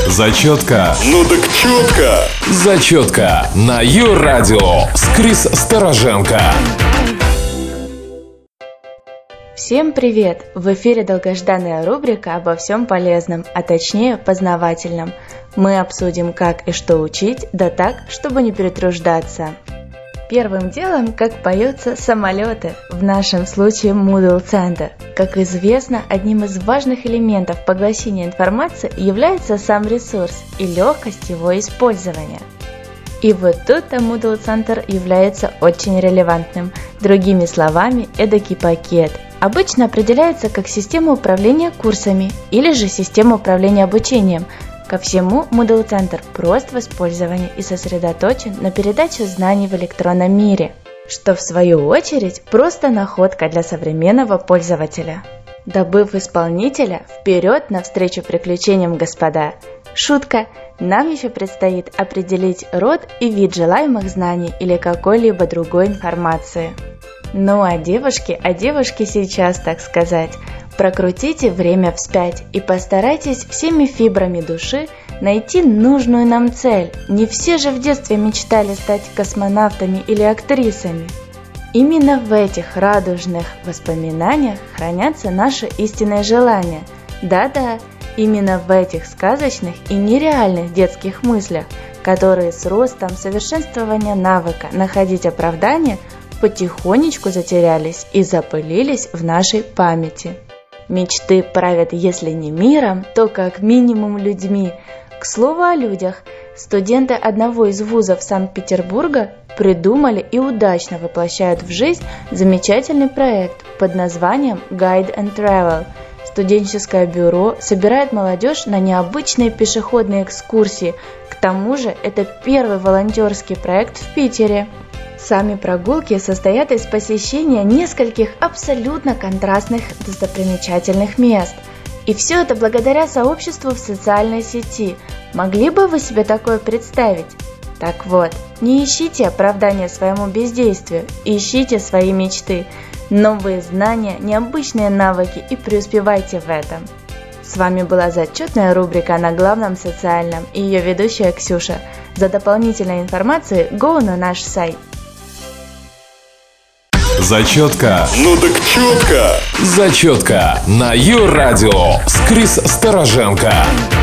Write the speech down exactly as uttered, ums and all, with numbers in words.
Зачетка. Ну так четко. Зачетка на Ю-радио с Крис Стороженко. Всем привет! В эфире долгожданная рубрика обо всем полезном, а точнее познавательном. Мы обсудим, как и что учить, да так, чтобы не перетруждаться. Первым делом, как поются самолеты, в нашем случае Moodle Center. Как известно, одним из важных элементов поглощения информации является сам ресурс и легкость его использования. И вот тут-то Moodle Center является очень релевантным. Другими словами, эдакий пакет. Обычно определяется как система управления курсами или же система управления обучением. Ко всему Moodle Center прост в использовании и сосредоточен на передаче знаний в электронном мире, что в свою очередь просто находка для современного пользователя. Добыв исполнителя, вперед навстречу приключениям, господа! Шутка! Нам еще предстоит определить род и вид желаемых знаний или какой-либо другой информации. Ну а девушки, а девушки сейчас, так сказать, прокрутите время вспять и постарайтесь всеми фибрами души найти нужную нам цель. Не все же в детстве мечтали стать космонавтами или актрисами. Именно в этих радужных воспоминаниях хранятся наши истинные желания. Да-да, именно в этих сказочных и нереальных детских мыслях, которые с ростом совершенствования навыка находить оправдание потихонечку затерялись и запылились в нашей памяти. Мечты правят, если не миром, то как минимум людьми. К слову о людях, студенты одного из вузов Санкт-Петербурга придумали и удачно воплощают в жизнь замечательный проект под названием Guide and Travel. Студенческое бюро собирает молодежь на необычные пешеходные экскурсии. К тому же это первый волонтерский проект в Питере. Сами прогулки состоят из посещения нескольких абсолютно контрастных достопримечательных мест. И все это благодаря сообществу в социальной сети. Могли бы вы себе такое представить? Так вот, не ищите оправдания своему бездействию, ищите свои мечты, новые знания, необычные навыки и преуспевайте в этом. С вами была зачетная рубрика на главном социальном и ее ведущая Ксюша. За дополнительной информацией go на наш сайт. Зачетка. Ну так четко. Зачетка на Ю-радио с Крис Стороженко.